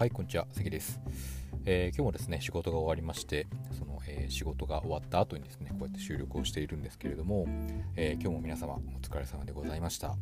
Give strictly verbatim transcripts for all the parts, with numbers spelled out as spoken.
はい、こんにちは、関です。えー今日もですね、仕事が終わりまして、その、えー仕事が終わった後にですね、こうやって収録をしているんですけれども、えー今日も皆様お疲れ様でございました。はい、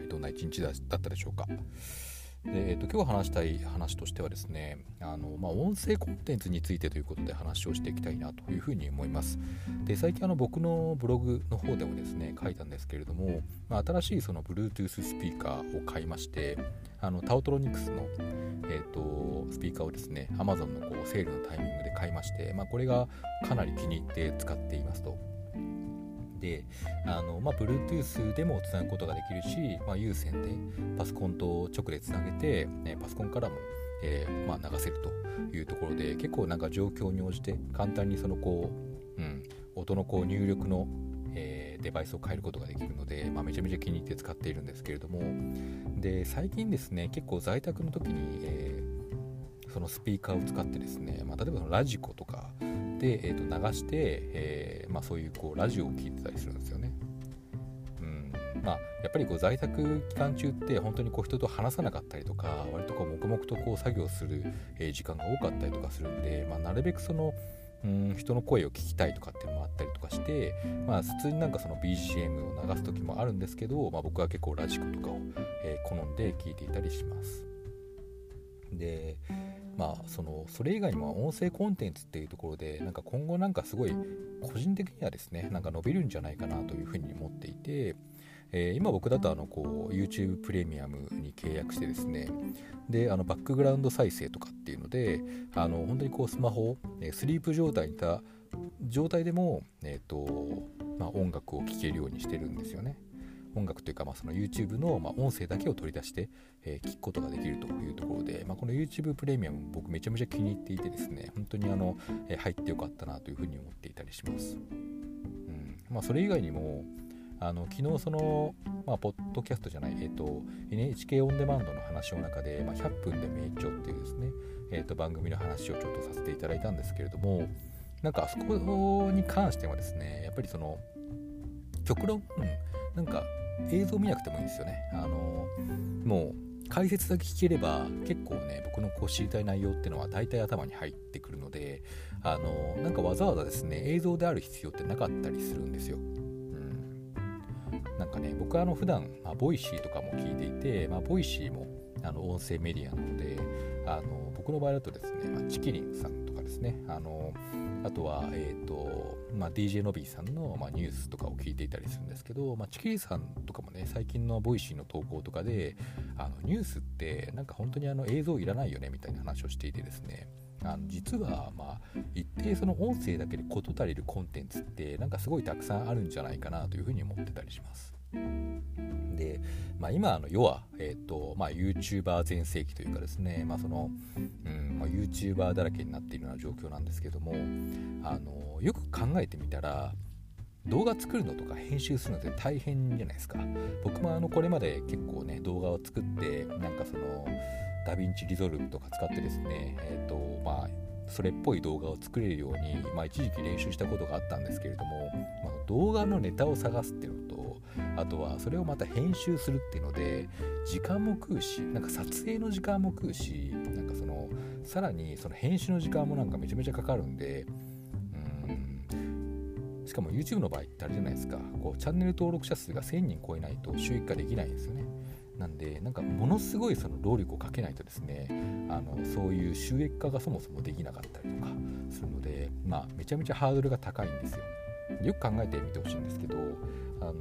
どんな一日だだったでしょうか。で、えーと、今日話したい話としてはですね、あの、まあ、音声コンテンツについてということで話をしていきたいなというふうに思います。で、最近あの僕のブログの方でもですね、書いたんですけれども、まあ、新しいその Bluetooth スピーカーを買いまして、あのタウトロニクスの、えーと、スピーカーをですね、Amazon のこうセールのタイミングで買いまして、まあ、これがかなり気に入って使っていますと。で、あの、まあ、Bluetooth でもつなぐことができるし、まあ、有線でパソコンと直でつなげて、ね、パソコンからも、えーまあ、流せるというところで、結構なんか状況に応じて簡単にそのこう、うん、音のこう入力の、えーデバイスを変えることができるので、まあ、めちゃめちゃ気に入って使っているんですけれども、で最近ですね、結構在宅の時に、えーそのスピーカーを使ってですね、まあ、例えばそのラジコとかで、えー、と流して、えーまあ、そういうこうラジオを聞いてたりするんですよね。うんまあ、やっぱりこう在宅期間中って本当にこう人と話さなかったりとか、割とこう黙々とこう作業する、えー時間が多かったりとかするんで、まあ、なるべくそのうん人の声を聞きたいとかっていうのもあったりとかして、まあ、普通になんかその ビージーエム を流す時もあるんですけど、まあ、僕は結構ラジコとかを、えー好んで聞いていたりします。でまあそのそれ以外にも音声コンテンツっていうところで、なんか今後なんかすごい個人的にはですね、なんか伸びるんじゃないかなというふうに思っていて、えー今僕だとあのこう YouTube プレミアムに契約してですね、であのバックグラウンド再生とかっていうので、あの本当にこうスマホをえースリープ状態にいた状態でも、えーとまあ、音楽を聴けるようにしてるんですよね。音楽というか、まあ、その YouTube の、まあ、音声だけを取り出して、えー聞くことができるというところで、まあ、この YouTube プレミアム僕めちゃめちゃ気に入っていてですね、本当にあの、えー入ってよかったなというふうに思っていたりします。うんまあ、それ以外にもあの昨日その、まあ、ポッドキャストじゃない、えーと、エヌエイチケー オンデマンドの話の中で、まあ、ひゃっぷんで名著っていうですね、えーと、番組の話をちょっとさせていただいたんですけれども、なんかあそこに関してはですね、やっぱりその極論、うん、なんか映像見なくてもいいんですよね。あのもう解説だけ聞ければ結構ね、僕のこう知りたい内容っていうのは大体頭に入ってくるので、あのなんかわざわざですね映像である必要ってなかったりするんですよ。うんなんかね、僕はあの普段、まあ、ボイシーとかも聞いていて、まあ、ボイシーもあの音声メディアなので、あの僕の場合だとですね、まあ、チキリンさんとかですね、あのあとは、えーとまあ、ディージェー のびーさんの、まあ、ニュースとかを聞いていたりするんですけど、まあ、チキリンさんとかもね、最近のボイシーの投稿とかで、あのニュースってなんか本当にあの映像いらないよねみたいな話をしていてですね、あの実はまあ一定その音声だけで事足りるコンテンツってなんかすごいたくさんあるんじゃないかなというふうに思ってたりします。で、まあ、今あの世は、えーとまあ、YouTuber 全盛期というかですね、まあそのうんまあ、YouTuber だらけになっているような状況なんですけども、あのよく考えてみたら動画作るのとか編集するのって大変じゃないですか。僕もあのこれまで結構ね動画を作って、なんかそのダヴィンチリゾルブとか使ってですね、えーとまあそれっぽい動画を作れるように、まあ、一時期練習したことがあったんですけれども、まあ、動画のネタを探すっていうのと、あとはそれをまた編集するっていうので時間も食うし、なんか撮影の時間も食うし、なんかそのさらにその編集の時間もなんかめちゃめちゃかかるんで、うーんしかも YouTube の場合ってあれじゃないですか、こうチャンネル登録者数がせんにん超えないと収益化できないんですよね。なんでなんかものすごいその労力をかけないとですね、あのそういう収益化がそもそもできなかったりとかするので、まあめちゃめちゃハードルが高いんですよ。よく考えてみてほしいんですけど、あの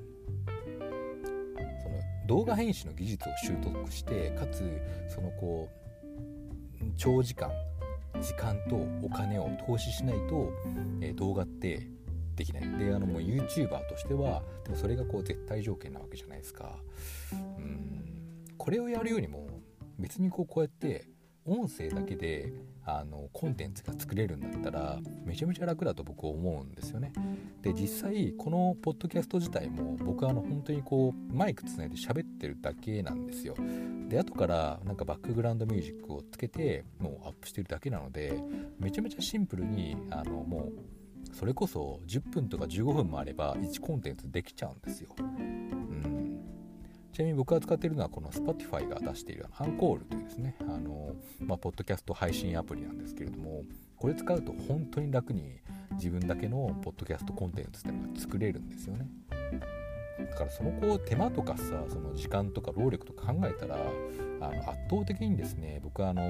その動画編集の技術を習得して、かつそのこう長時間時間とお金を投資しないと、えー動画ってできない。で、あのもう YouTuber としてはでもそれがこう絶対条件なわけじゃないですか。うーんこれをやるよりも別にこうこうやって音声だけであのコンテンツが作れるんだったらめちゃめちゃ楽だと僕は思うんですよね。で、実際このポッドキャスト自体も僕はあの本当にこうマイクつないで喋ってるだけなんですよ。で、後からなんかバックグラウンドミュージックをつけてもうアップしてるだけなので、めちゃめちゃシンプルにあのもうそれこそじゅっぷんとかじゅうごふんもあればいちコンテンツできちゃうんですよ。うんじちなみに僕が使っているのはこの Spotify が出しているアンコールというですね、あの、まあ、ポッドキャスト配信アプリなんですけれども、これ使うと本当に楽に自分だけのポッドキャストコンテンツっていうのが作れるんですよね。だからそのこう手間とかさ、その時間とか労力とか考えたら、あの圧倒的にですね、僕はあの、うん、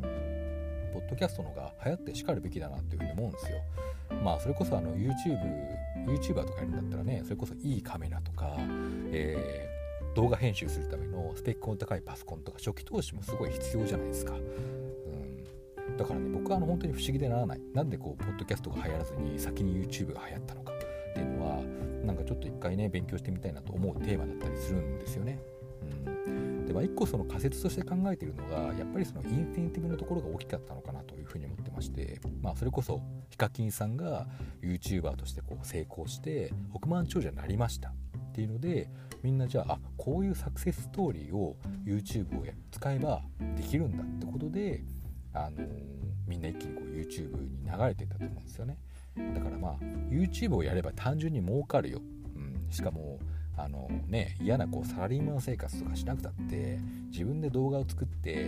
ポッドキャストの方が流行ってしかるべきだなというふうに思うんですよ。まあそれこそあの YouTube、YouTuber とかやるんだったらね、それこそいいカメラとか、えー、動画編集するためのスペックの高いパソコンとか初期投資もすごい必要じゃないですか。うん、だからね、僕はあの本当に不思議でならない。なんでこうポッドキャストが流行らずに先に YouTube が流行ったのかっていうのは、なんかちょっと一回ね勉強してみたいなと思うテーマだったりするんですよね。うん、でまあ一個その仮説として考えているのが、やっぱりそのインセンティブのところが大きかったのかなというふうに思ってまして、まあそれこそヒカキンさんが YouTuber としてこう成功して億万長者になりましたっていうので、みんなじゃあ、あこういうサクセスストーリーを YouTube を使えばできるんだってことで、あのー、みんな一気にこう YouTube に流れていったと思うんですよね。だからまあ YouTube をやれば単純に儲かるよ、うん、しかもあのね、嫌なこうサラリーマン生活とかしなくたって自分で動画を作って、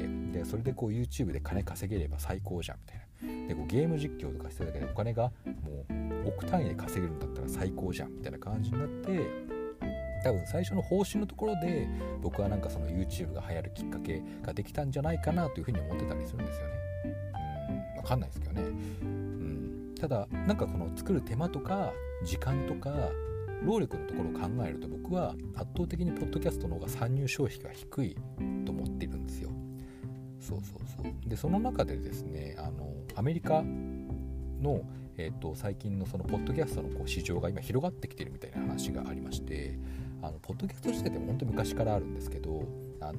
でそれでこう YouTube で金稼げれば最高じゃんみたいな。でこうゲーム実況とかしてるだけでお金がもう億単位で稼げるんだったら最高じゃんみたいな感じになって、多分最初の報酬のところで僕はなんかその YouTube が流行るきっかけができたんじゃないかなというふうに思ってたりするんですよね。うん、わかんないですけどね。ただなんかこの作る手間とか時間とか労力のところを考えると、僕は圧倒的にポッドキャストの方が参入消費が低いと思っているんですよ。そうそうそう。でその中でですね、あのアメリカの、えー、と最近のそのポッドキャストのこう市場が今広がってきてるみたいな話がありまして、あのポッドキャスト自体でも本当に昔からあるんですけど、あの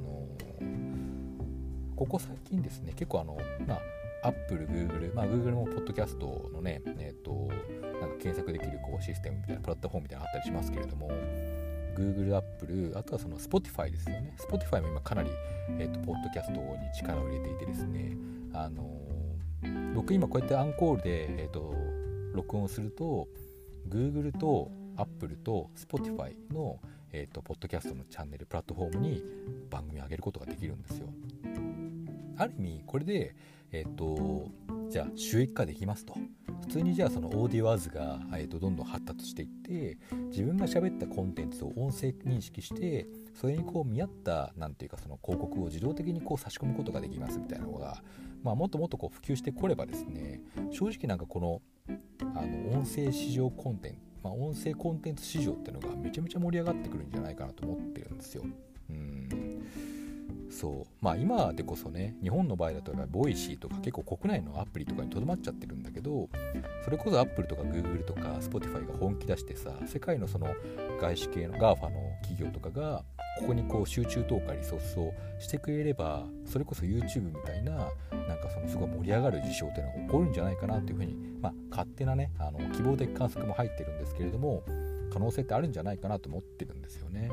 ここ最近ですね、結構あのまあアップル、Google、まあ Google もポッドキャストのね、えっと、なんか検索できるこうシステムみたいなプラットフォームみたいなのあったりしますけれども、Google、Apple、あとはその Spotify ですよね。Spotify も今かなり、えっと、ポッドキャストに力を入れていてですね、あのー、僕今こうやってアンコールで、えっと、録音すると、Google と Apple と Spotify の、えっと、ポッドキャストのチャンネル、プラットフォームに番組を上げることができるんですよ。ある意味これでえっとじゃあ収益化できますと。普通にじゃあそのオーディオアズが、えー、とどんどん発達していって、自分が喋ったコンテンツを音声認識して、それにこう見合ったなんていうかその広告を自動的にこう差し込むことができますみたいなのが、まあ、もっともっとこう普及してこればですね、正直なんかこのあの音声市場コンテンツ、まあ、音声コンテンツ市場っていうのがめちゃめちゃ盛り上がってくるんじゃないかなと思ってるんですよ。うんそうまあ今でこそね、日本の場合だとボイシーとか結構国内のアプリとかにとどまっちゃってるんだけど、それこそ Apple とか Google とか Spotify が本気出してさ、世界のその外資系の ガーファ の企業とかがここにこう集中投下リソースをしてくれれば、それこそ YouTube みたいななんかそのすごい盛り上がる事象っていうのが起こるんじゃないかなというふうに、まあ勝手なねあの希望的観測も入ってるんですけれども、可能性ってあるんじゃないかなと思ってるんですよね。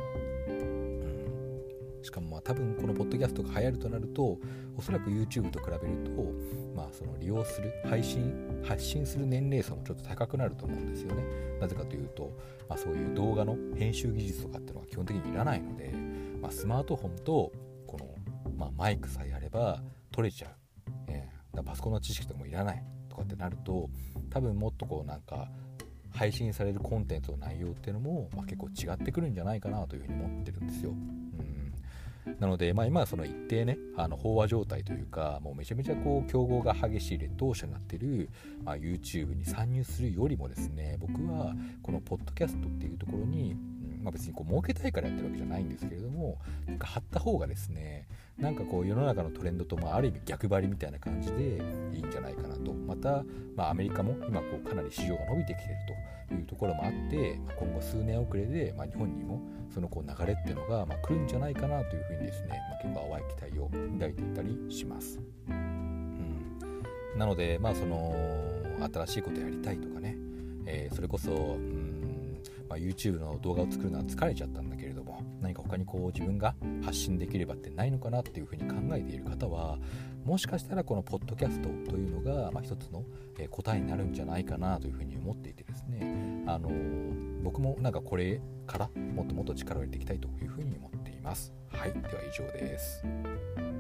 しかもまあ多分このポッドキャストが流行るとなると、おそらく YouTube と比べると、まあその利用する配信発信する年齢層もちょっと高くなると思うんですよね。なぜかというと、まあ、そういう動画の編集技術とかっていうのは基本的にいらないので、まあ、スマートフォンとこの、まあ、マイクさえあれば撮れちゃう、えー、だパソコンの知識とかもいらないとかってなると、多分もっとこうなんか配信されるコンテンツの内容っていうのも、まあ、結構違ってくるんじゃないかなというふうに思ってるんですよ。なので、まあ、今はその一定ねあの飽和状態というか、もうめちゃめちゃこう競合が激しい劣等者になっている、まあ、YouTube に参入するよりもですね、僕はこのポッドキャストっていうところに、まあ、別にこう儲けたいからやってるわけじゃないんですけれども、なんか貼った方がですね、なんかこう世の中のトレンドと、まあ、ある意味逆張りみたいな感じでいいんじゃないかなと。また、まあ、アメリカも今こうかなり市場が伸びてきているというところもあって、まあ、今後数年遅れで、まあ、日本にもそのこう流れっていうのが、まあ、来るんじゃないかなというふうにですね、まあ、結構淡い期待を抱いていたりします。うん、なので、まあ、その新しいことやりたいとかね、えー、それこそ、うんまあ、YouTube の動画を作るのは疲れちゃったんだけれども、何か他にこう自分が発信できればってないのかなっていうふうに考えている方は、もしかしたらこのポッドキャストというのが、まあ、一つの答えになるんじゃないかなというふうに思っていてですね、あの僕もなんかこれからもっともっと力を入れていきたいというふうに思っています。 ます。はい、では以上です。